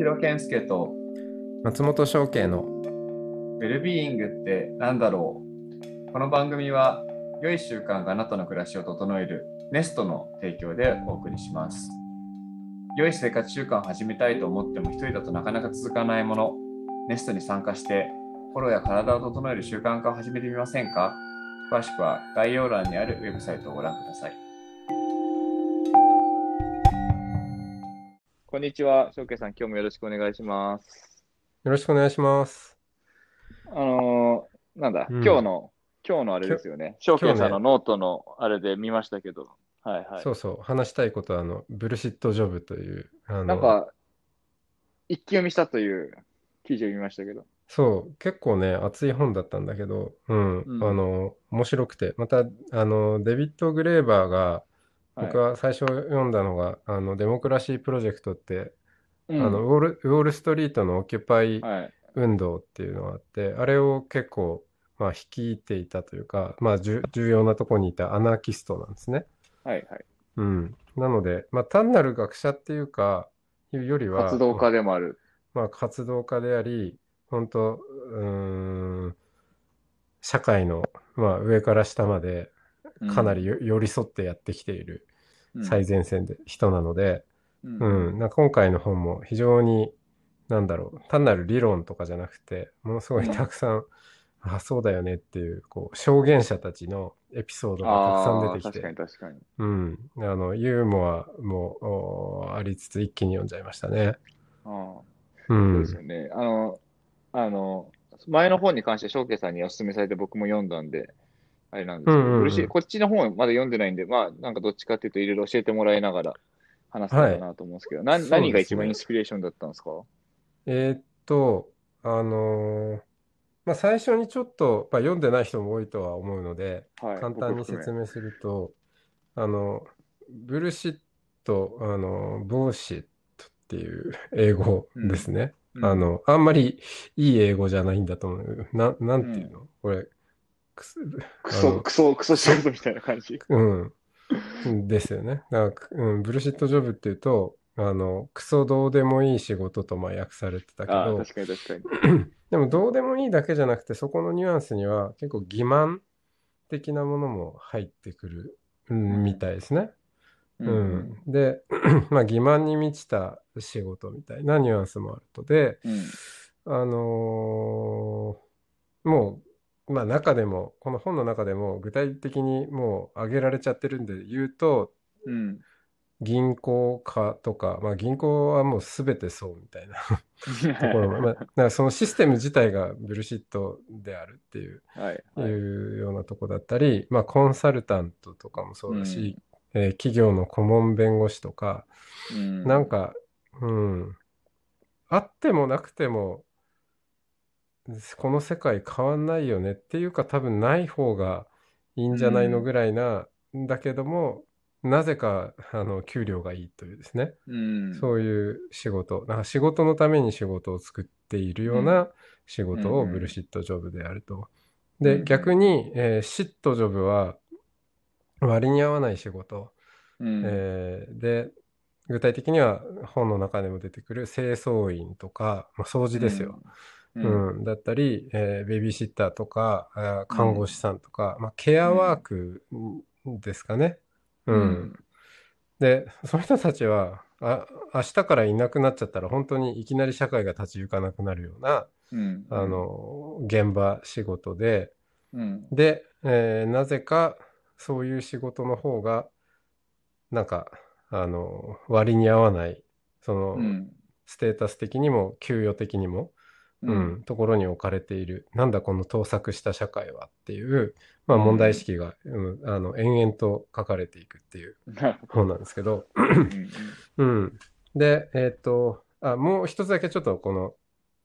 城健介と松本商家のウェルビーイングって何だろう。この番組は良い習慣があなたの暮らしを整えるネストの提供でお送りします。良い生活習慣を始めたいと思っても一人だとなかなか続かないもの、ネストに参加して心や体を整える習慣化を始めてみませんか。詳しくは概要欄にあるウェブサイトをご覧ください。こんにちは、翔慶さん、今日もよろしくお願いします。 よろしくお願いします。 なんだ、 うん、 今日のあれきょですよね。翔今日ね、 慶さんのノートのあれで見ましたけど、はいはい。 そうそう、話したいことは、ブルシットジョブという、 なんか、一気読みしたという記事を見ましたけど。 そう、結構ね、熱い本だったんだけど、 うん。 面白くて、また、デビッド・グレーバーが、僕はい。 は最初読んだのが、デモクラシープロジェクトって、 うん。 ウォールストリートのオキュパイはい。 運動っていうのがあって、あれを結構、まあ、率いていたというか、まあ、重要なところにいたアナーキストなんですね。 はいはい。 うん。なので、まあ、単なる学者っていうか、いうよりは、 活動家でもある。 まあ、活動家であり、本当、社会の、まあ、上から下まで、かなりうん。 寄り添ってやってきているうん。 最前線で人なので、 うんううん。 ん。 なんか今回の本も非常に、なんだろう、単なる理論とかじゃなくて、ものすごいたうん。 くさん、あ、そうだよねっていう、こう、証言者たちのエピソードがたくさん出ああ、確かてきて、 に確かに。 うん。ユーモアもありつつ一気に読んじゃいましたね。 ああ、そうですうん。 よね。あの、前の本に関して翔慶さんにお勧めされて僕も読んだんで、あれなんでうすけど、 んうんうん。 こっちの本まだ読んでないんで、まあ、なんかどっちかっていうといろいろ教えてもらいながら話せたはい。 らなと思うんですけど、何が一番インそうですね。 スピレーションだったんですか？ えーっと、まあ、最初にちょっと、まあ、読んでない人も多いとは思うので、 はい、 簡単に僕含め。 説明すると、あの、ブルシット、ボーシットっていう英語うん、 ですね。 うん、 あんまりいい英語じゃないんだと思う。なんていううん。 のこれ、くす、あの、 クソ仕事みたいな感じ。 うん、ですよね。だから、ブルシットジョブっていうと、クソどうでもいい仕事とまあ訳されてたけああ、 ど、 確かに確かに。 でもどうでもいいだけじゃなくて、そこのニュアンスには結構欺瞞的なものも入ってくる、みうん、 たいですね。 うん、 ううん、 ん。で、まあ欺瞞に満ちた仕事みたいなニュアンスもあるとで、 うん、 もう、まあ中でも、この本の中でも具体的にもう挙げられちゃってるんで言うと、 うん。 銀行家とか、まあ銀行はもう全てそうみたいなところも、まあ、だからそのシステム自体がブルシットであるっていう、 はい、 いはい。 うようなとこだったり、まあコンサルタントとかもそうん、 うだし、企業の顧問弁護士とか、 うん、 なんか、うん、あってもなくても、この世界変わんないよねっていうか多分ない方がいいんうじゃないのぐん、 らいな、だけども、なぜか、給料がいいというですね。 うん、 そういう仕事、なんか仕事のために仕事を作っているうん、 ような仕うん、 事をブルシットジョブであると。 うん、うで、逆ん、 に、シットジョブは割に合わない仕事。 うん、 で、具体的には本の中でも出てくる清掃員とか、まあ、掃除ですよ。 うん、ううん、 ん、だったり、ベビーシッターとか、看護師うん、 さんとか、まあ、ケアワーうん、 クですかね。ううん。 ん、 で、その人たちは、明日からいなくなっちゃったら、本当にいきなり社会が立ち行かなくなるような、 うん、 現場仕事で、 うん、 で、なぜか、そういう仕事の方が、なんか、割に合わない、その、 うん、 ステータス的にも、給与的にも、 うん、 ところに置かれている。なんだこの盗作した社会はっていう、まあ問題意うん、 識が、延々と書かれていくっていうなるほど。 本なんですけど、 うん、 うん。で、もう一つだけちょっとこの、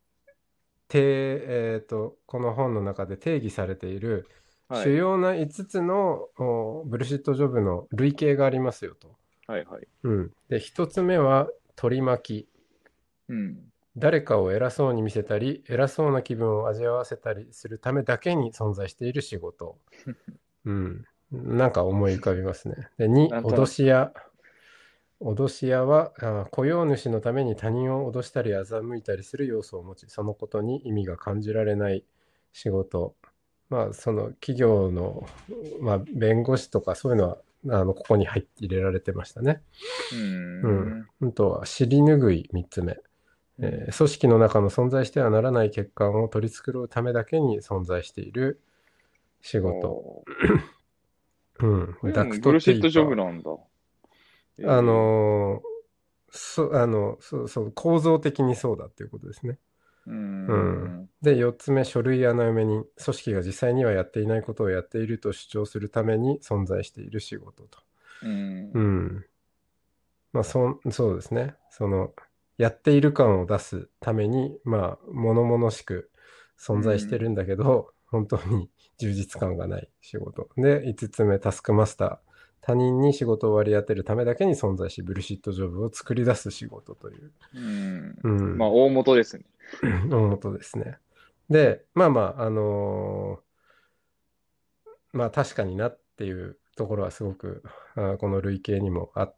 この本の中で定義されているはい、 主要な5つのブルシットジョブの類型がありますよと。 はい、はい。 うん。で、1つ目は取り巻き。 うん、 誰かを偉そうに見せたり、偉そうな気分を味わわせたりするためだけに存在している仕事。うん。なんか思い浮かびますね。で、2、脅なんとなく。 し屋。 脅し屋は雇用主のために他人を脅したり欺いたりする要素を持ち、そのことに意味が感じられない仕事。まあ、その企業の、まあ、弁護士とかそういうのは、ここに入れられてましたね。 ううん。 ん。 あとは、尻拭い3つ目。 うん。 組織の中の存在してはならない欠陥を取り繕うためだけに存在している仕事。 おー。 うん。 これでダクトもブルシットジョブテーパなんだ。 ー。あええ。 のーそう、構造的にそうだっていうことですね。 ううん。 ん。 で、4つ目、書類穴埋め人。組織が実際にはやっていないことをやっていると主張するために存在している仕事と。 うん。 うん。まあ、そうですね。やっている感を出すために、まあ、物々しくう存在してるんん。 だけど、本当に充実感がない仕事。で、5つ目、タスクマスター。他人に仕事を割り当てるためだけに存在し、ブルシットジョブを作り出す仕事という。 うん。 うん。 まあ、大元ですね。 大元ですね。で、まあまあ、まあ確かになっていうところはすごく、この類型にもあって、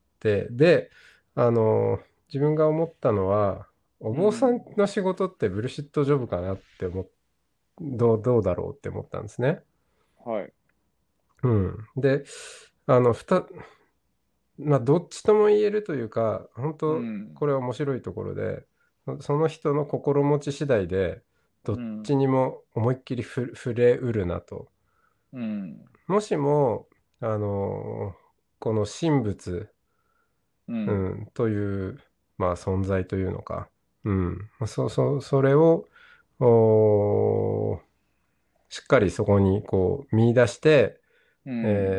で、自分が思ったのは、お坊さんうん。 の仕事ってブルシットジョブかなってどうだろうって思ったんですね。 はい。 うん。で、あの、ふた、まあ、どっちとも言えるというか、本う当ん。 これは面白いところで、その人の心持ち次第で、どっちうん。 にも思いっきり触れうるなと。 うん。 もしも、あのこの神仏、ううん。 ん、という、まあ、存在というのか、うん、それを、しっかりそこにこう見出して、 うん。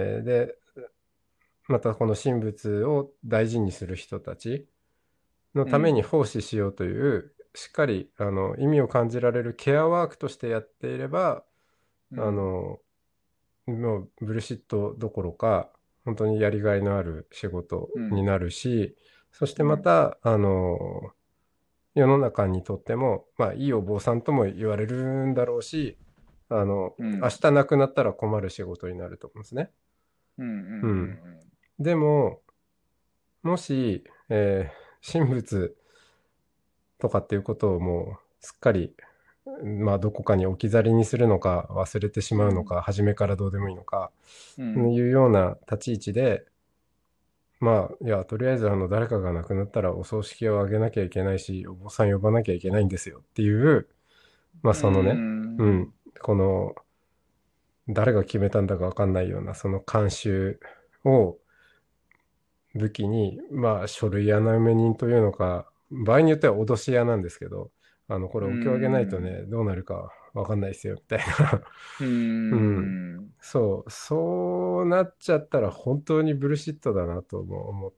で、またこの神仏を大事にする人たちのためにうん。 奉仕しようという、しっかり意味を感じられるケアワークとしてやっていれば、あうん。 の、もうブルシットどころか、本当にやりがいのある仕事うん。 になるし、そしてうん。 また、世の中にとっても、まあ、いいお坊さんとも言われるんだろうし、明うん。 日亡くなったら困る仕事になると思うんですね。 うん。ううん。 ん。 でも、もし、神仏とかっていうことをもう、すっかり、まあ、どこかに置き去りにするのか、忘れてしうん。 まうのか、初めからどうでもいいのか、いうん。 うような立ち位置で、まあ、いや、とりあえず誰かが亡くなったらお葬式をあげなきゃいけないし、お坊さん呼ばなきゃいけないんですよっていう、まあうそのね、うん。 ん、この、誰が決めたんだかわかんないような、その慣習を武器に、まあ書類穴埋め人というのか、場合によっては脅し屋なんですけど、これうお経あげないとん。 ね、どうなるかわかんないですよ、みたいな。 ううん。 ん。 そうなっちゃったら本当にブルシットだなとも思って、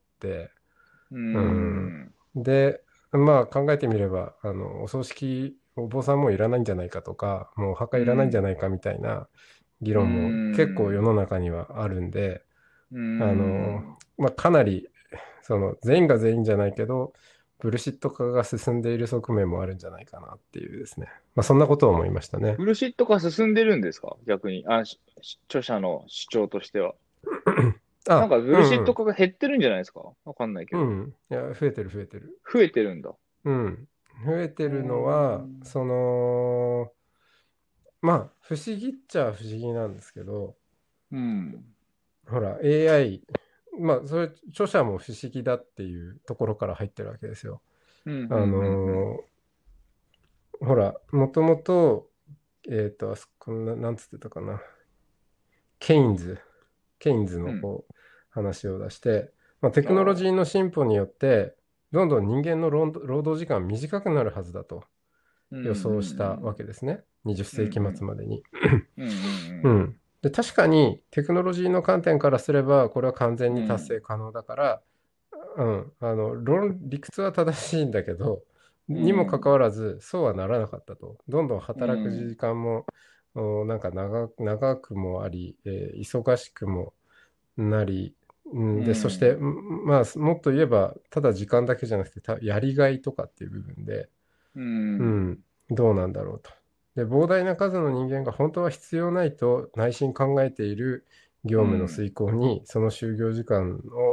ううん。 ん。 で、まあ考えてみれば、お葬式、お坊さんもいらないんじゃないかとか、もうお墓いらないんじゃないかみたいな議う論も結構世ん。 の中にはあるんで、 うあの、 ん。 まあかなり、全員が全員じゃないけど、ブルシット化が進んでいる側面もあるんじゃないかなっていうですね。まあそんなことを思いましたね。 ブルシット化進んでるんですか逆に。著者の主張としては。なんあ、 かブルシット化が減ってるんじゃないですかわかんないけど。 うん。いや、増えてる増えてる。 増えてるんだ。 うん。増えてうーるのは、 ん。 まあ、不思議っちゃ不思議なんですけど、 うん。 ほら、AI、まあ、それ、著者も不思議だっていうところから入ってるわけですよ。 うん、うん、 あうん、うん。 のほら、もともと、あそこなんつってたかな、ケインズ、ケインズうん。 のこう、話を出して、まあ、テクノロジーああ。 の進歩によって、どんどん人間の労働時間短くなるはずだとうん、う予想したわん、 けですね。20 うん。うん、 世紀末までに。 うん、うん、 うん。で、確かにテクノロジーの観点からすれば、これは完全うん。 に達成可能だから、うん、理屈は正しいんだけど、 うにもかかん、 わらず、そうはならなかったと。どんどんう働く時ん。 間も、なんか長くもあり、忙しくもなり、ううん、で、そして、 ん、 まあ、もっと言えば、ただ時間だけじゃなくて、やりがいとかっていう部分で、 うん。 うん、どうなんだろうと。で、膨大な数の人間が本当は必要ないと内心考えている業務の遂行に、その就業時間を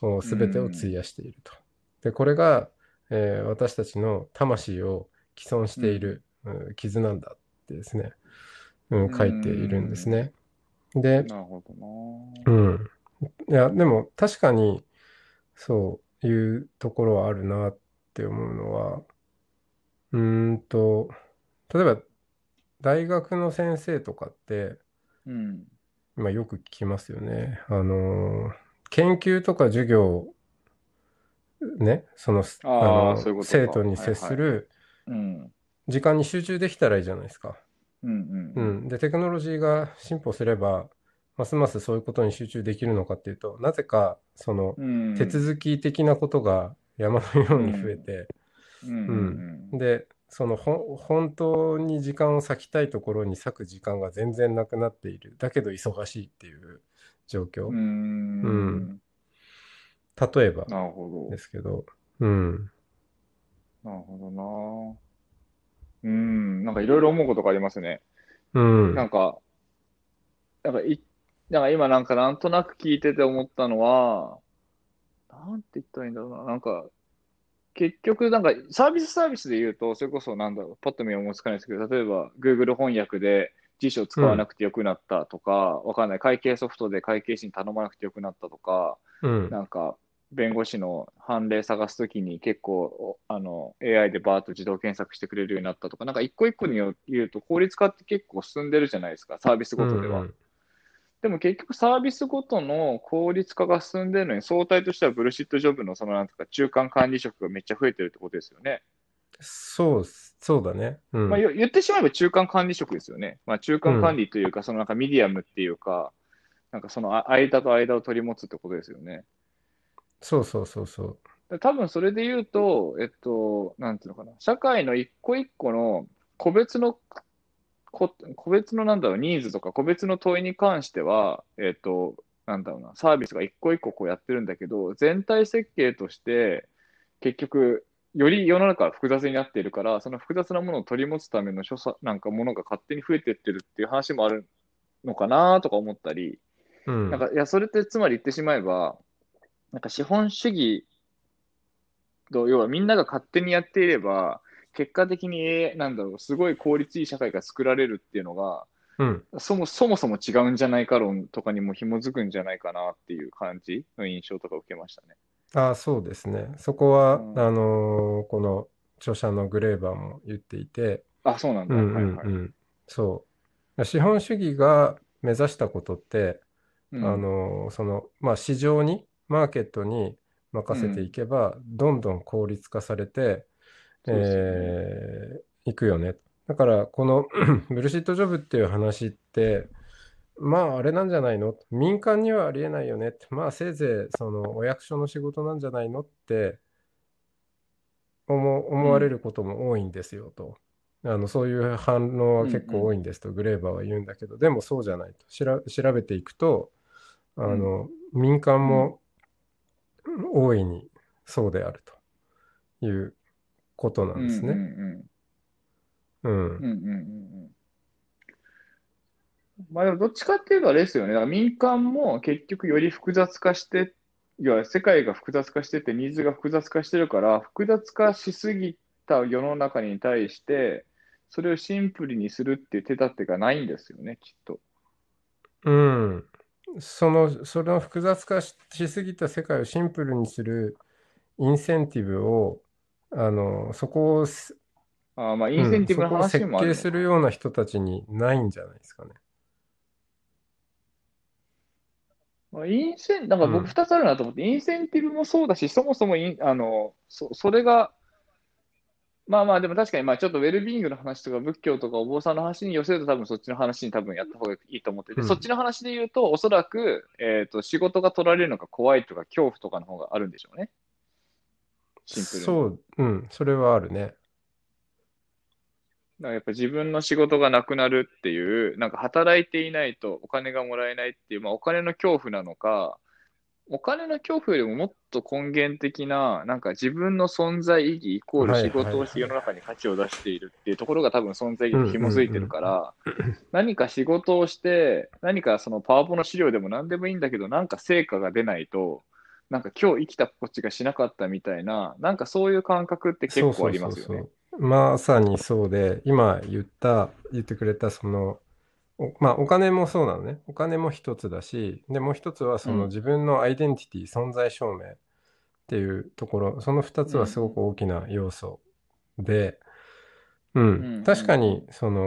う全てを費ん。 やしていると。で、これが、私たちの魂を毀損しうん。 ている、傷なんだってですね、 う書いているんですん。 ね。で、 なるほどな。 うん。いや、でも確かにそういうところはあるなって思うのは、うーんと、例えば大学の先生とかって、 うん。 今よく聞きますよね。研究とか授業、ね、 ああ、そういうことか。 生徒に接はいはい。 するうん。 時間に集中できたらいいじゃないですか。 うんううんん。で、テクノロジーが進歩すれば、ますますそういうことに集中できるのかっていうと、なぜか、 うん。 手続き的なことが山のうように増えん。 て、 うん。ううん。 ん。 で、本当に時間を割きたいところに割く時間が全然なくなっている。だけど忙しいっていう状況。 うん。ううん。 ん。 例えばなるほですけど、うん。 ど。なるほどな。うん。なんかいろいろ思うことがありますね。 うん。 なんか、なんかい、なんか今なんかなんとなく聞いてて思ったのは、なんて言ったらいいんだろうな。なんか、結局、なんかサービスで言うと、それこそなんだろう、パッと見は思いつかないですけど、例えば Google 翻訳で辞書を使わなうん。 くてよくなったとか、わかんない、会計ソフトで会計士に頼まなくてよくなったとか、 うん。 なんか、弁護士の判例探すときに結構、AI でバーッと自動検索してくれるようになったとか、なんか一個一個に言うと効率化って結構進んでるじゃないですか、サービスうん。 ごとでは。 うん。 でも結局サービスごとの効率化が進んでるのに、相対としてはブルシットジョブのそのなんとか中間管理職がめっちゃ増えてるってことですよね。 そうだね。うまあ、 ん。 言ってしまえば中間管理職ですよね。まあ、中間管うん。 理というか、そのなんかミディアムっていうか、なんかその間と間を取り持つってことですよね。 そうそうそうそう。 多分それで言うと、なんていうのかな、社会の一個一個の個別の、個別のなんだろう、ニーズとか個別の問いに関しては、なんだろうな、サービスが一個一個こうやってるんだけど、全体設計として、結局、より世の中が複雑になっているから、その複雑なものを取り持つためのなんかものが勝手に増えていってるっていう話もあるのかなとか思ったり、 うん。 なんか、いや、それってつまり言ってしまえば、なんか資本主義と、要はみんなが勝手にやっていれば、結果的に、なんだろう、すごい効率いい社会が作られるっていうのが、 うん。 そもそも違うんじゃないか論とかにも紐づくんじゃないかなっていう感じの印象とか受けましたね。 ああ、そうですね。そこは、 うん。 この著者のグレーバーも言っていて、 あ、そうなんだ。 うんはいはい。 うんうん。そう。資本主義が目指したことって、 うん。 まあ、市場に、マーケットに任せていうん。 けば、どんどん効率化されて、 そうですよね。 いくよね。だから、このブルシットジョブっていう話って、まあ、あれなんじゃないの、民間にはありえないよね。まあ、せいぜい、お役所の仕事なんじゃないのって思われうん。 ることも多いんですよと。そういう反応はうん結構多いんですと、グレーバーは言うんだけど、でもそうじゃないと。調べていくと、 うん。 民間うん。 も大いにそうであるということなうん。うん。 んですね。 うん。 うん。 うん。うん。うん。まあでもどっちかっていうとあれですよね。だから民間も結局より複雑化して、いや、世界が複雑化してて、ニーズが複雑化してるから、複雑化しすぎた世の中に対して、それをシンプルにするっていう手立てがないんですよね、きっと。 うん。その複雑化しすぎた世界をシンプルにするインセンティブを、そこをまあ、イうん、 ンセンティブのそこを設話もある計するのか。 ような人たちにないんじゃないですかね。 まあ、なんか僕うん。 二つあるなと思って、インセンティブもそうだし、そもそもそれが、まあまあ、でも確かに、まあちょっとウェルビーイングの話とか仏教とかお坊さんの話に寄せると多分そっちの話に多分やった方がいいと思ってて、そっちうん。 の話で言うと、おそらく、仕事が取られるのが怖いとか恐怖とかの方があるんでしょうね。シンプルに。 そう、うん、それはあるね。 だからやっぱ自分の仕事がなくなるっていう、なんか働いていないとお金がもらえないっていう、まあお金の恐怖なのか、お金の恐怖よりももっと根源的な、なんか自分の存在意義イコールはい仕はいはい。 事をして世の中に価値を出しているっていうところが多分存在意義とうんう紐づいてるんから、何か仕事をして、何かそのパワポの資料でも何でもいいんだけど、なんか成果が出ないと、 なんか今日生きた心地がしなかったみたいな、なんかそういう感覚って結構あそうそうりますよね。 そうそう。まさにそうで、今言ってくれたその、まあお金もそうなのね。お金も一つだし、で、もう一つはそのうん。 自分のアイデンティティ、存在証明っていうところ、その二つはすごくうん。 大きな要素で、ううん。うん。確かに、 ん。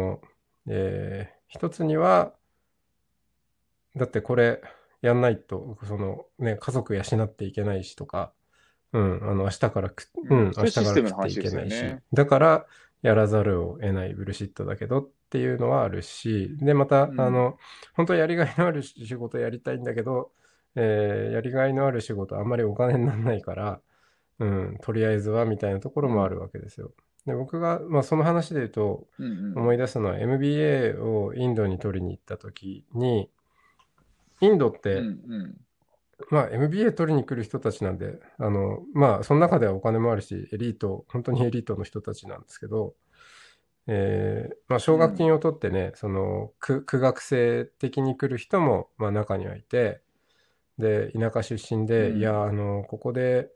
一つには、だってこれやんないと、そのね、家族養っていけないしとか、うん、 うん。 明日それシステムのから食ってい話ですけないし、 よね。 だからやらざるを得ないブルシットだけどっていうのはあるし、で、また、 うん。 本当はやりがいのある仕事やりたいんだけど、やりがいのある仕事あんまりお金にならないから、うん、とりあえずはみたいなところうん。 もあるわけですよ。で、僕が、まあ、その話で言うと、 うん。 思い出すのは MBA をインドに取りに行った時に、インドっうん。 て、 うん。 まあ MBA 取りに来る人たちなんで、まあその中ではお金もあるし、エリート、本当にエリートの人たちなんですけど、まあ奨学金うん。 を取ってね、苦学生的に来る人も、まあ中にはいて、で、田舎出身で、いや、 うん。 ここで、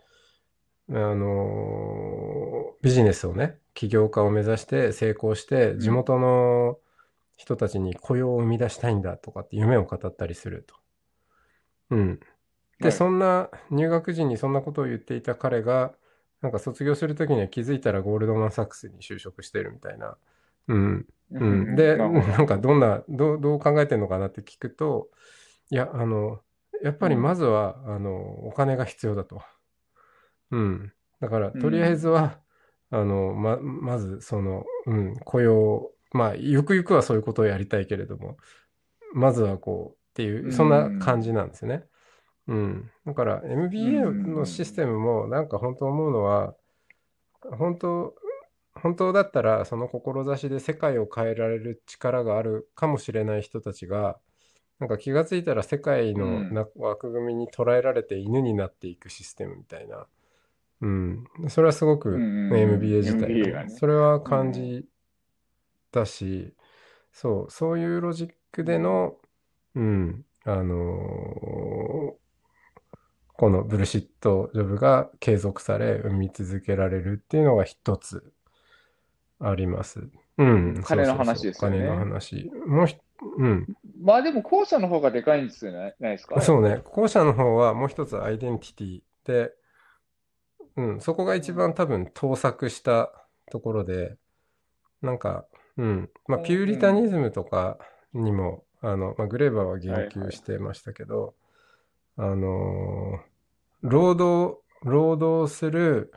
ビジネスをね、起業家を目指して成功して、 うん。 地元の人たちに雇用を生み出したいんだとかって夢を語ったりすると。うん。で、 はい。 そんな入学時にそんなことを言っていた彼が、なんか卒業するときには気づいたらゴールドマン・サックスに就職してるみたいな。うん。 うん。 うん。 うん。 で、 なるほど、なるなんかほど。 どう考えてるのかなって聞くと、いや、やっぱりまうん。 ずは、お金が必要だと。うん。だから、 うとりあえずん。 は、まず、雇用、まあ、ゆくゆくはそういうことをやりたいけれども、まずはこうっていうう、そんな感じん。 なんですよね。うん。だからうん。う MBA のシスん。 テムもなんか本当思うのは、本当、本当だったらその志で世界を変えられる力があるかもしれない人たちが、なんか気がついたら世界のうん。 枠組みに捉えられて犬になっていくシステムみたいな。うん。それはすごうん。 くうん。 MBA 自体 MBA ね、 がね。 それはうん。 感じたし、そういうロジックうん。 での、うん、このブルシットジョブが継続され、生み続けられるっていうのが一つあります。ううん。 ん、そう金のそうそう、お話ですよ金のね。 話。もううん、 まあでも後者の方がでかいんですよね、ないですか、やっそうね、 ぱり。 後者の方はもう一つアイデンティティで、うん、そこが一番うん。 多分盗作したところで、なんか、うん、まあ、ピューうん。 リタニズムとかにも、まあ、グレーバーは言はいはい。 及してましたけど、あの労働する、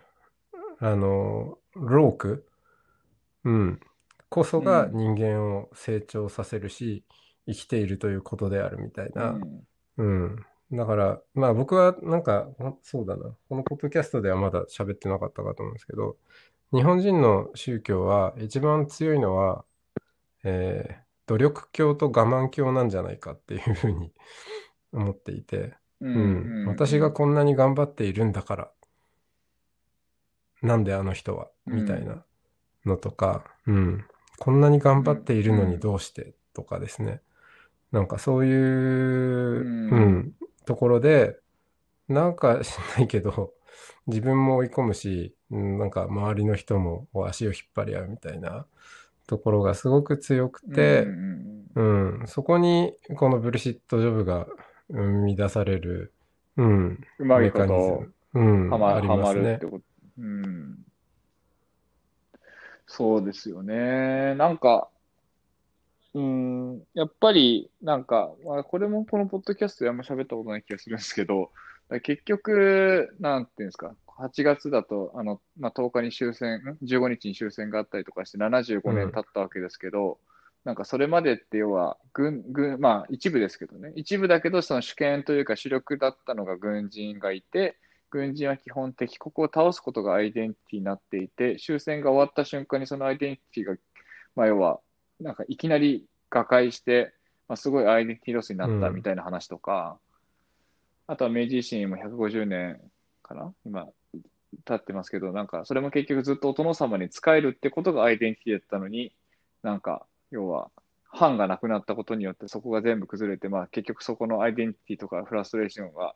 労苦、うん、こそがうん。 人間を成長させるし、生きているということであるみたいな。 うん。 うん。だから、まあ僕はなんか、そうだな。このポッドキャストではまだ喋ってなかったかと思うんですけど、日本人の宗教は一番強いのは、努力教と我慢教なんじゃないかっていうふうに思っていて、 うん。ううん。私がん。 こんなに頑張っているんだから、なんであの人は、 うん。 みたいなのとか、うん。こんなに頑うん。 張っているのにうん。 どうしてとかですね。なんかそういうう、うん。 ん、ところで、なんか知んないけど、自分も追い込むし、うん、なんか周りの人もこう足を引っ張り合うみたいなところがすごく強くうん。うて、 ん。 うん、そこにこのブルシットジョブが生み出される、うん、 うまいメこと、 カニズム、うん、ありはまますね。 るってこと。うん。そうですよね。なんか、うん、やっぱり、なんか、まあ、これもこのポッドキャストであんま喋ったことない気がするんですけど、結局、なんていうんですか、8月だと、まあ、10日に終戦、15日に終戦があったりとかして75年うん、 経ったわけですけど、なんかそれまでって要は、まあ一部ですけどね、一部だけどその主権というか主力だったのが軍人がいて、軍人は基本敵国を倒すことがアイデンティティになっていて、終戦が終わった瞬間にそのアイデンティティが、まあ要は、なんかいきなり瓦解して、まあ、すごいアイデンティティロスになったみうん、 たいな話とか、あとは明治維新も150年かな今経ってますけど、なんかそれも結局ずっとお殿様に仕えるってことがアイデンティティだったのに、なんか要は藩がなくなったことによってそこが全部崩れて、まあ結局そこのアイデンティティとかフラストレーションが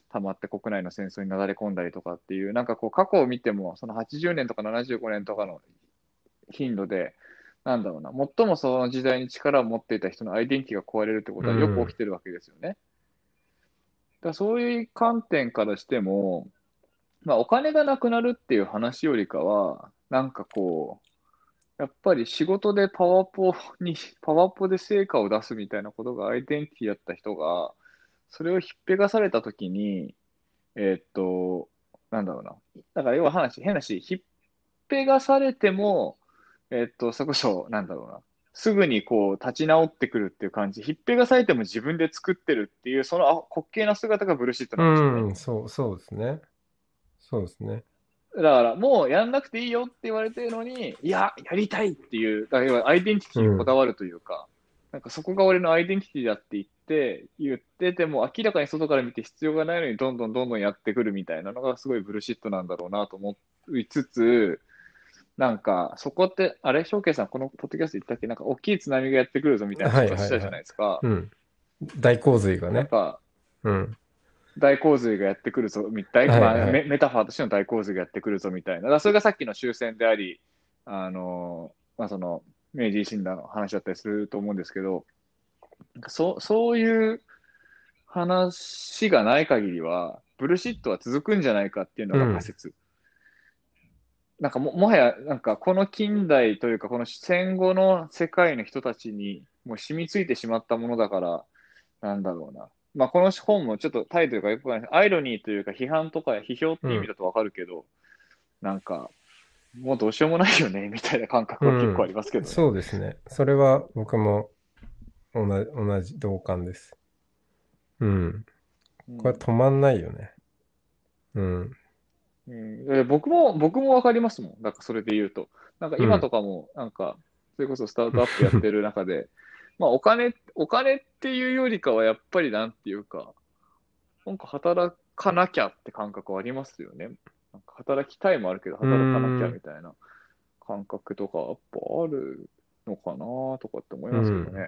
溜まって国内の戦争になだれ込んだりとかっていう、なんかこう過去を見ても、その80年とか75年とかの頻度で、なんだろうな、最もその時代に力を持っていた人のアイデンティティが壊れるってことはよく起きてるわけですよね。だからそういう観点からしても、まあ、お金がなくなるっていう話よりかは、なんかこう、やっぱり仕事でパワポで成果を出すみたいなことがアイデンティティだった人が、それをひっぺがされたときに、えーっと、なんだろうな。だから要は変なし、ひっぺがされても、それこそ、なんだろうな。すぐにこう立ち直ってくるっていう感じ。ひっぺがされても自分で作ってるっていう、その滑稽な姿がブルシットなんですよね。 うん、そうですね。そうですね。 だからもうやんなくていいよって言われてるのに、いや、やりたいっていう、だから要はアイデンティティにこうん。 だわるというか、なんかそこが俺のアイデンティティだって言ってても、明らかに外から見て必要がないのにどんどんやってくるみたいなのがすごいブルシットなんだろうなと思いつつ、なんかそこって、あれ、翔慶さんこのポッドキャスト言ったっけ、なんか大きい津波がやってくるぞみたいなはい話をしたじゃはいはい。 ないですか。 うん。大洪水がね。 なんか、 うん。 大洪水がやってくるぞ、まあはいはい。 メタファーとしての大洪水がやってくるぞみたいな。だからそれがさっきの終戦であり、まあ、その、明治維新の話だったりすると思うんですけど、なんかそういう話がない限りは、ブルシットは続くんじゃないかっていうのうん。 が仮説。なんかもはや、なんかこの近代というか、この戦後の世界の人たちにもう染みついてしまったものだから、なんだろうな。まあ、この本もちょっとタイトルがよくわかんない。アイロニーというか批判とか批評っうん。 て意味だとわかるけど、なんか、もうどうしようもないよね、みたいな感覚うは結構ありん。 ますけどね。 そうですね。それは僕も同じ同感です。うん。これはうん。 止まんないよね。うん。 うん、僕もわかりますもん。なんかそれで言うと。なんかうん。 今とかも、なんか、それこそスタートアップやってる中で、まあお金っていうよりかはやっぱりなんていうか、なんか働かなきゃって感覚はありますよね。なんか働きたいもあるけど、 うー働かなきゃみん。 たいな感覚とか、やっぱあるのかなとかって思いうん。 ますけどね。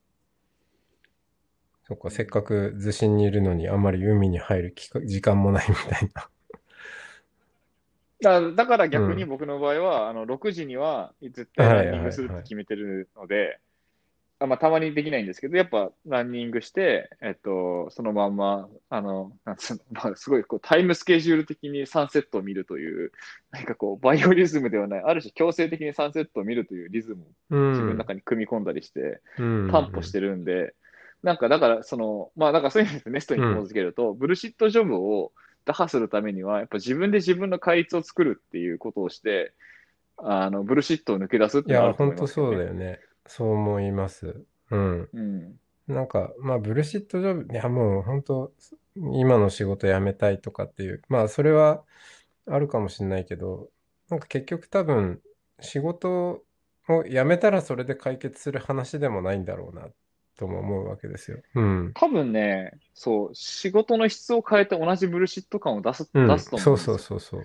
そっか、 うん、 せっかく逗子にいるのにあまり海に入る時間もないみたいな。 だからうん。 逆に僕の場合は、6時には絶対はいランニングするっはいはい。 て決めてるので、まあ、たまにできないんですけど、やっぱランニングして、そのまんま、なんつうの、まあ、すごいこうタイムスケジュール的にサンセットを見るという、何かこう、バイオリズムではない、ある種強制的にサンセットを見るというリズムをう自分のん。 中に組み込んだりして、 うん。 担保してるんで、なんかだから、まあ、だからそういう意味でネストにうん。 紐づけると、ブルシットジョブを打破するためには、やっぱ自分で自分の戒律を作るっていうことをして、ブルシットを抜け出すっていや、 いうのはあると思ほんとそういますけどね。 だよね。そう思います。うん。 うん。 なんか、まあ、ブルシットジョブ、いや、もう本当、今の仕事辞めたいとかっていう、まあ、それはあるかもしれないけど、なんか結局多分、仕事を辞めたらそれで解決する話でもないんだろうな、とも思うわけですよ。うん。 多分ね、そう、仕事の質を変えて同じブルシット感を出すうん。 と思そうそううんですよ。 そうそう。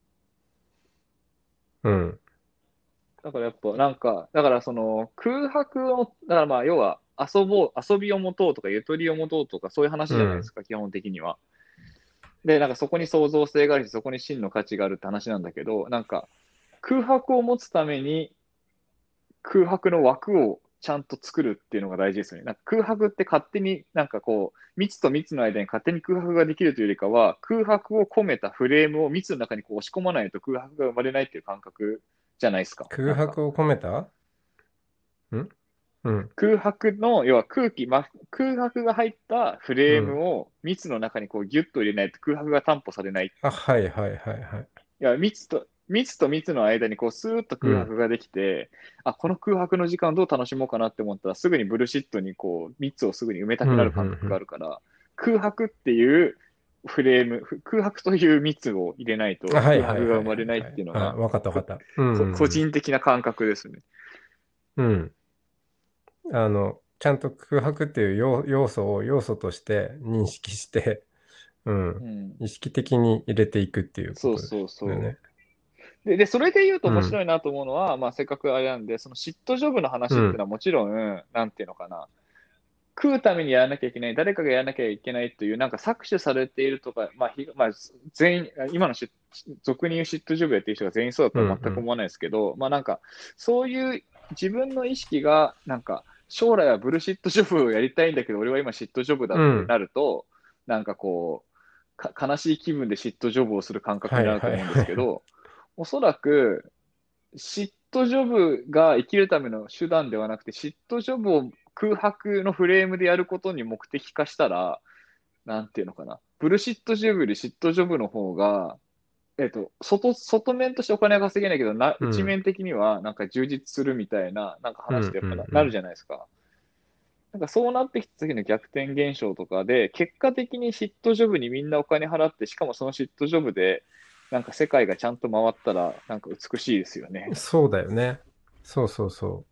うん。 だからやっぱなんか、だからその空白を、だからまあ要は遊びを持とうとかゆとりを持とうとかそういう話うん。 じゃないですか、基本的には。で、なんかそこに創造性があるし、そこに真の価値があるって話なんだけど、なんか空白を持つために空白の枠をちゃんと作るっていうのが大事ですよね。なんか空白って勝手になんかこう、密と密の間に勝手に空白ができるというよりかは、空白を込めたフレームを密の中にこう押し込まないと空白が生まれないっていう感覚じゃないですか。なんか空白を込めたんうん。 空白の、要は空白が入ったフレーうん。 ムを密の中にこうギュッと入れないと空白が担保されない。 あ、はいはいはいはい。 いや、密と密の間にこうスーッとうん。 空白ができて、この空白の時間をどう楽しもうかなって思ったら、すぐにブルシットにこう、密をすぐに埋めたうん。うくなる感覚があん。 るから、空白っていうフレーム、空白という密を入れないあ、 とはい空白が生はいはいまれないっはいはい。あ、 ていうのが、 わかったわかった。うん。 個人的な感覚ですね。 うん。ちゃんと空白っていう要素を要素として認識して、うん。 うん。 意識的に入れていくっていうことでそうそうそすよね。 う。で、それで言うとうん。 面白いなと思うのは、まあ、せっかくあれなんで、その嫉妬ジョブの話っていうのうん。 はもちろん、なんていうのかな。 食うためにやらなきゃいけない、誰かがやらなきゃいけないという、なんか搾取されているとか、まあ、全員、今の俗に言うシットジョブやってる人が全員そうだとは全く思わないですけど、まあなんか、そういう自分の意識が、なんか、将来はブルシットジョブをやりたいんだけど、俺は今シットジョブだってうん。 なると、なんかこう、悲しい気分でシットジョブをする感覚はいはいになると思うんですはい。 けど、おそらく、シットジョブが生きるための手段ではなくて、シットジョブを空白のフレームでやることに目的化したら、なんていうのかな。ブルシットジョブよりシットジョブの方が、外面としてお金は稼げないけど、内うん。 面的にはなんか充実するみたいな、なんかうんう話ってやっぱなるんじゃないですか。なんかそうなってきた時の逆転現象とかで、結果的にシットジョブにみんなお金払って、しかもそのシットジョブで、なんか世界がちゃんと回ったら、なんか美しいですよね。 うん。そうだよね。そうそうそう。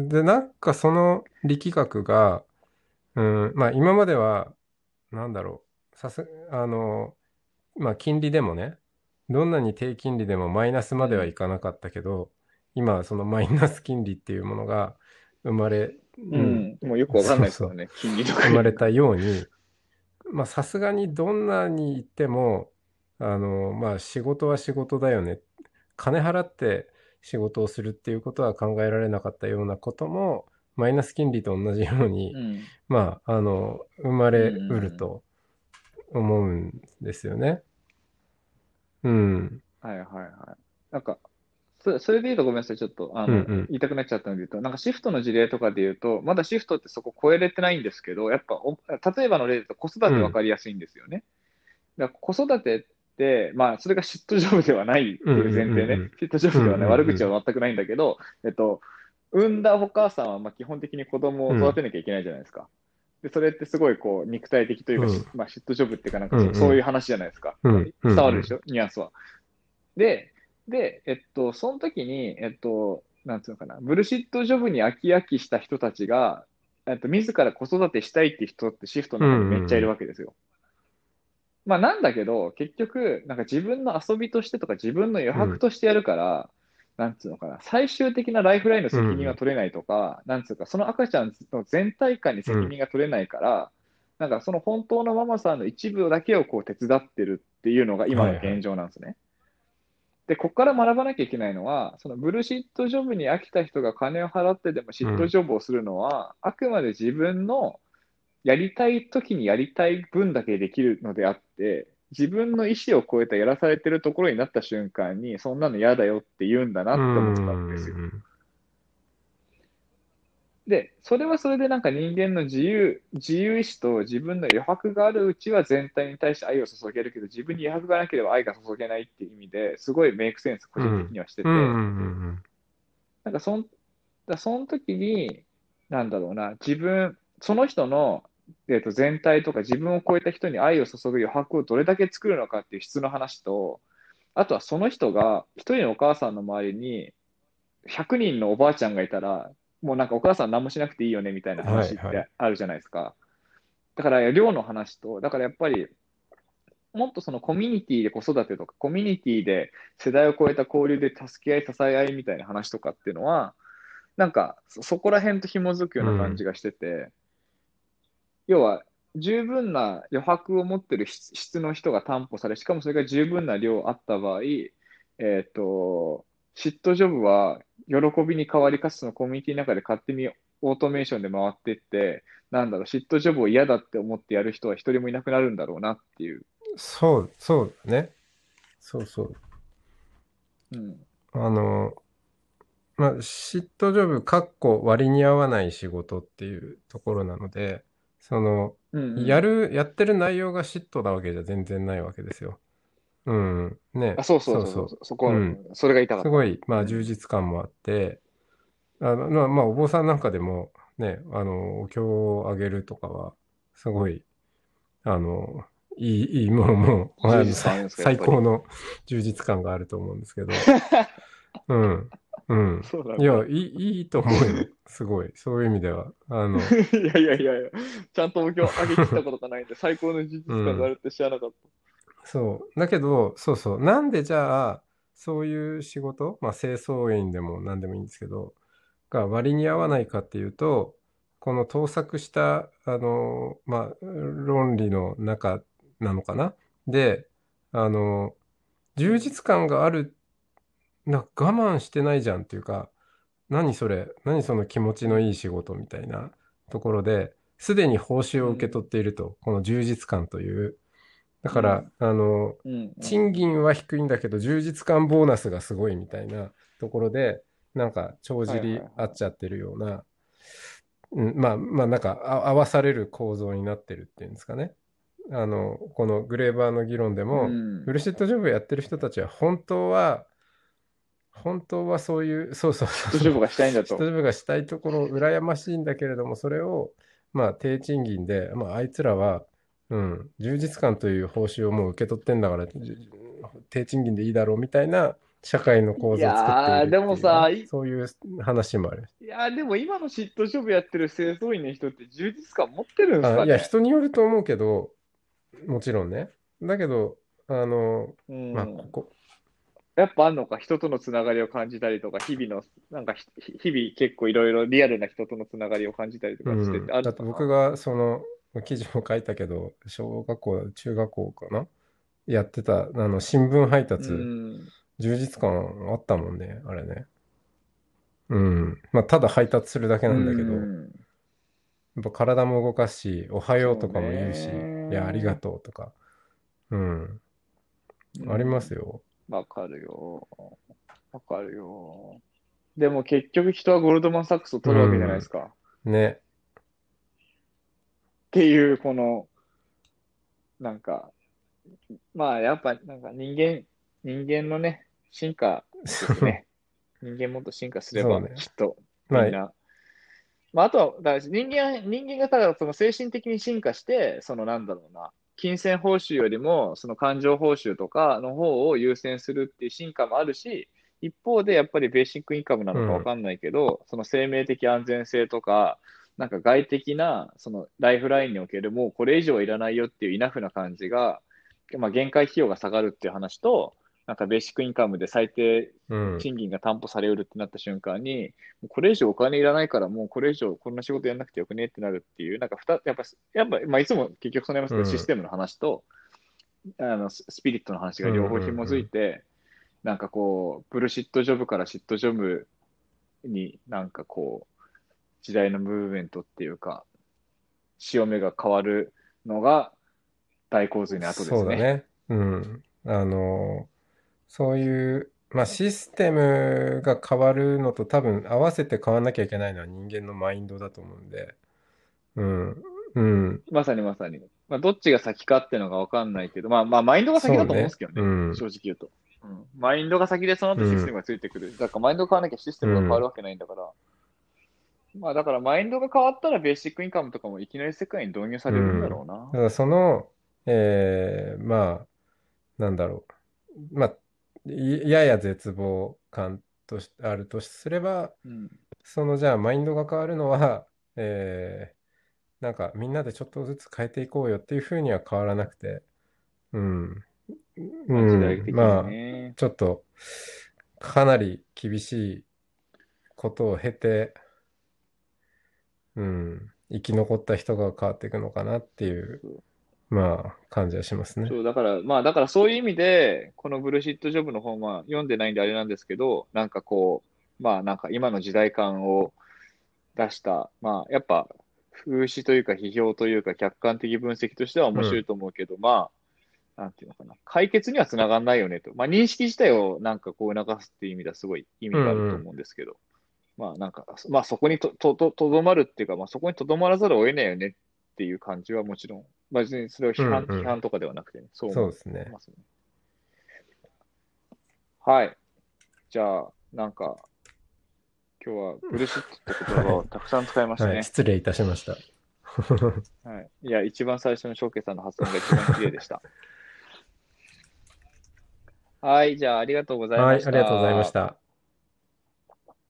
で、なんかその力学が、うん、まあ今までは、なんだろう、まあ金利でもね、どんなに低金利でもマイナスまではいうん。 かなかったけど、今はそのマイナス金利っていうものが生まれ、うん、 うん。もうよくわかんそうそう、 ないですからね。金利とかいうか。 生まれたように、まあさすがにどんなに言っても、まあ仕事は仕事だよね。金払って仕事をするっていうことは考えられなかったようなことも、マイナス金利と同じように、 うん。 まあ、生まうん。 れうるうん。 と思うんですよね。うん。 はいはいはい。なんか、それで言うとごめんなさい。ちょっと、 うんうん。 言いたくなっちゃったので言うと、なんかシフトの事例とかで言うと、まだシフトってそこ超えれてないんですけど、やっぱ例えばの例だと子育て分うん。 かりやすいんですよね。だから子育てって、まあ、それが嫉妬ジョブではないっていううんうん前提ね。 うん嫉妬ジョうん。うんブではない。悪口うんは全くないんだけど、産んだお母さんはまあ基本的に子供をうん。うん。 育てなきゃいけないじゃないですか。で、それってすごいこう肉体的というか、 うんまあ、嫉妬ジョブっていうかなんかうんそういう話じゃないですか。 うん。うんうん。 伝わるでしょニュアンスは。で、その時に、なんつうのかな、ブルシットジョブに飽き飽きした人たちが、自ら子育てしたいって人ってシフトのうん中にめっちゃいるうんわけですよ。まあなんだけど、結局、なんか自分の遊びとしてとか自分の余うん。 白としてやるから、なんつうのかな、最終的なライフラインの責任はうん取れないとか、なんつうか、その赤ちゃんの全体感に責うん。 任が取れないから、なんかその本当のママさんの一部だけをこう手伝ってるっていうのが今の現はいはい。 状なんですね。で、ここから学ばなきゃいけないのは、そのブルシットジョブに飽きた人が金を払ってでもシットうん。 ジョブをするのは、あくまで自分のやりたい時にやりたい分だけできるのであって、自分の意思を超えたやらされてるところになった瞬間に、そんなの嫌だよって言うんだなうって思ったんですよ。 ん。 で、それはそれでなんか人間の自由意志と自分の余白があるうちは全体に対して愛を注げるけど、自分に余白がなければ愛が注げないっていう意味ですごいメイクセンス個人的うん。 にはしてうん。 て、 うん。 なんかその時に、なんだろうな、その人の、全体とか自分を超えた人に愛を注ぐ余白をどれだけ作るのかっていう質の話と、あとはその人が一人のお母さんの周りに100人のおばあちゃんがいたら、もうなんかお母さん何もしなくていいよねみたいな話っはいはい。 てあるじゃないですか。だから量の話と、だからやっぱりもっとそのコミュニティで子育てとか、コミュニティで世代を超えた交流で助け合い、支え合いみたいな話とかっていうのは、なんかそこら辺と紐づくような感じうん。 がしてて、要は十分な余白を持ってる質の人が担保され、しかもそれが十分な量あった場合、シットジョブは喜びに変わり、かつそのコミュニティの中で勝手にオートメーションで回っていって、なんだろう、シットジョブを嫌だって思ってやる人は一人もいなくなるんだろうなっていう。 そう、そうだね。そうそう。 うん。 あの、まあ、シットジョブ、かっこ割に合わない仕事っていうところなので、その、 うんうん。 やってる内容がシットなわけじゃ全然ないわけですよ。うん。ね。 あ、そうそうそうそそうそう、そこう。うは、 ん。 それが言いたかった。 すごい、まあ、充うん。 実感もあって、まあ、お坊さんなんかでも、ね、お経をあげるとかは、すごい、あの、もう、 充実感あるんですか、やっぱり。 最高の充実感があると思うんですけど、うん。うん。いや、 そうなんだ。 いいと思うよ。すごい。そういう意味では。 いやいやいやいや、ちゃんとお経上げきったことがないんで、最高の充実感があうん。 るって知らなかっそう。だけど、そうそう。なんでじゃあ、そういう仕事、まあ、清掃員でも何でもいいんですけど、が割に合わないかっていうと、 この盗作した、まあ、論理の中なのかな。で、あの、充実感がある、なんか我慢してないじゃんっていうか、何それ、何その気持ちのいい仕事みたいなところで、すでに報酬を受け取っていると、この充実感という。だから、賃金は低いんだけど、充実感ボーナスがすごいみたいなところで、なんか帳尻合っちゃってるような、まあ、なんか合わされる構造になってるっていうんですかね。このグレーバーの議論でも、ブルシットジョブやってる人たちは本当はそういう、そうそうそうそう、 シットジョブがしたいんだと。 シットジョブがしたいところ、羨ましいんだけれども、それを、まあ、低賃金で、まあ、あいつらは、充実感という報酬をもう受け取ってんだから、低賃金でいいだろうみたいな社会の構い造を作っていやー、 るでっていうね、 もさ、 そういう話もある。 いやー、でも今のシットジョブやってる清掃員の人って充実感持ってるんですいや、 かね？ 人によると思うけど、もちろんね。だけど、 うまあ、 ん。やっぱあんのか、人とのつながりを感じたりとか、日々の、なんか日々結構いろいろリアルな人とのつながりを感じたりとかしててあるだってのかな？ 僕がその記事も書いたけど、小学校、中学校かなやってた、新聞配う達、 ん。 充実感あったもんね、あれね。まあ、ただ配達するだけうなんだけど、 ん。 やっぱ体も動かすし、おはようそうとかも言うし、いや、ありがね。 とうとか、うん、ありまうん。 すよ。 わかるよ。わかるよ。でも結局人はゴールドマンサックスをう取るわけじゃないでん、 すか。っね、 ていう、この、なんか、まあやっぱなんか人間のね、進化ですね。人間もっと進化すれば、 そうね。 きっとまあ、 みんな。まああとは、だから人間がただその精神的に進化して、そのなんだろうな、金銭報酬よりも、その感情報酬とかの方を優先するっていう進化もあるし、一方でやっぱりベーシックインカムなのかわうん、 かんないけど、その生命的安全性とか、なんか外的な、そのライフラインにおけるもうこれ以上はいらないよっていうイナフな感じが、まあ限界費用が下がるっていう話と、なんかベーシックインカムで最低うん、 賃金が担保されうるってなった瞬間に、これ以上お金いらないから、もうこれ以上こんな仕事やんなくてよくねってなるっていう、なんかやっぱ、まあ、いつも結局そうなりますけど、シスうん、 テムの話と、スピリットの話がうん、 両うん、 方紐づいうん。 て、なんかこう、ブルシットジョブからシットジョブになんかこう、時代のムーブメントっていうか、潮目が変わるのが大洪水の後ですね。 そうだね。そういう、まあ、システムが変わるのと多分合わせて変わんなきゃいけないのは人間のマインドだと思うんで、うん、うん、 まさにまさに。まあ、どっちが先かっていうのがわかんないけど、まあ、マインドが先だと思うんですそうね、 けどね。 うん、 正直言うと。うん。マインドが先でその後システムうん、 がついてくる。だからマインドが変わらなきゃシステムが変わるうん。 わけないんだから。まあ、だからマインドが変わったらベーシックインカムとかもいきなり世界に導入されるんだうん。 ろうな。 だからその、まあ、なんだろう。まあ、やや絶望感としてあるとすれば、 うん。 そのじゃあマインドが変わるのは、なんかみんなでちょっとずつ変えていこうよっていうふうには変わらなくて、うん、うまあ、時代ん、 的にまあ、 ね。 ちょっとかなり厳しいことを経て、生き残った人が変わっていくのかなっていう、まあ、感じはしますね。 そう、だからそういう意味で、このブルシットジョブの本は読んでないんであれなんですけど、なんかこう、まあなんか今の時代感を出した、まあやっぱ風刺というか批評というか客観的分析としては面白いうん、 と思うけど、まあ、なんていうのかな、解決にはつながんないよねと。まあ認識自体をなんかこう促すっていう意味ではすごい意うん、 味があるとうん。 思うんですけど、まあなんか、まあそこにとどまるっていうか、まあそこにとどまらざるを得ないよねっていう感じはもちろん、まあ別にそれをうん、うん。 批判とかではなくてね、そうそう思ですね。 いますね。はい。じゃあ、なんか、今日はブルシットって言葉をはい。 たくさん使いましたはい。 ね。 失礼いたしました。 はい。いや、一番最初のショウケイさんの発音が一番綺麗でした。はい。じゃあ、ありがとうございはい。 ましありがとうございました。 た。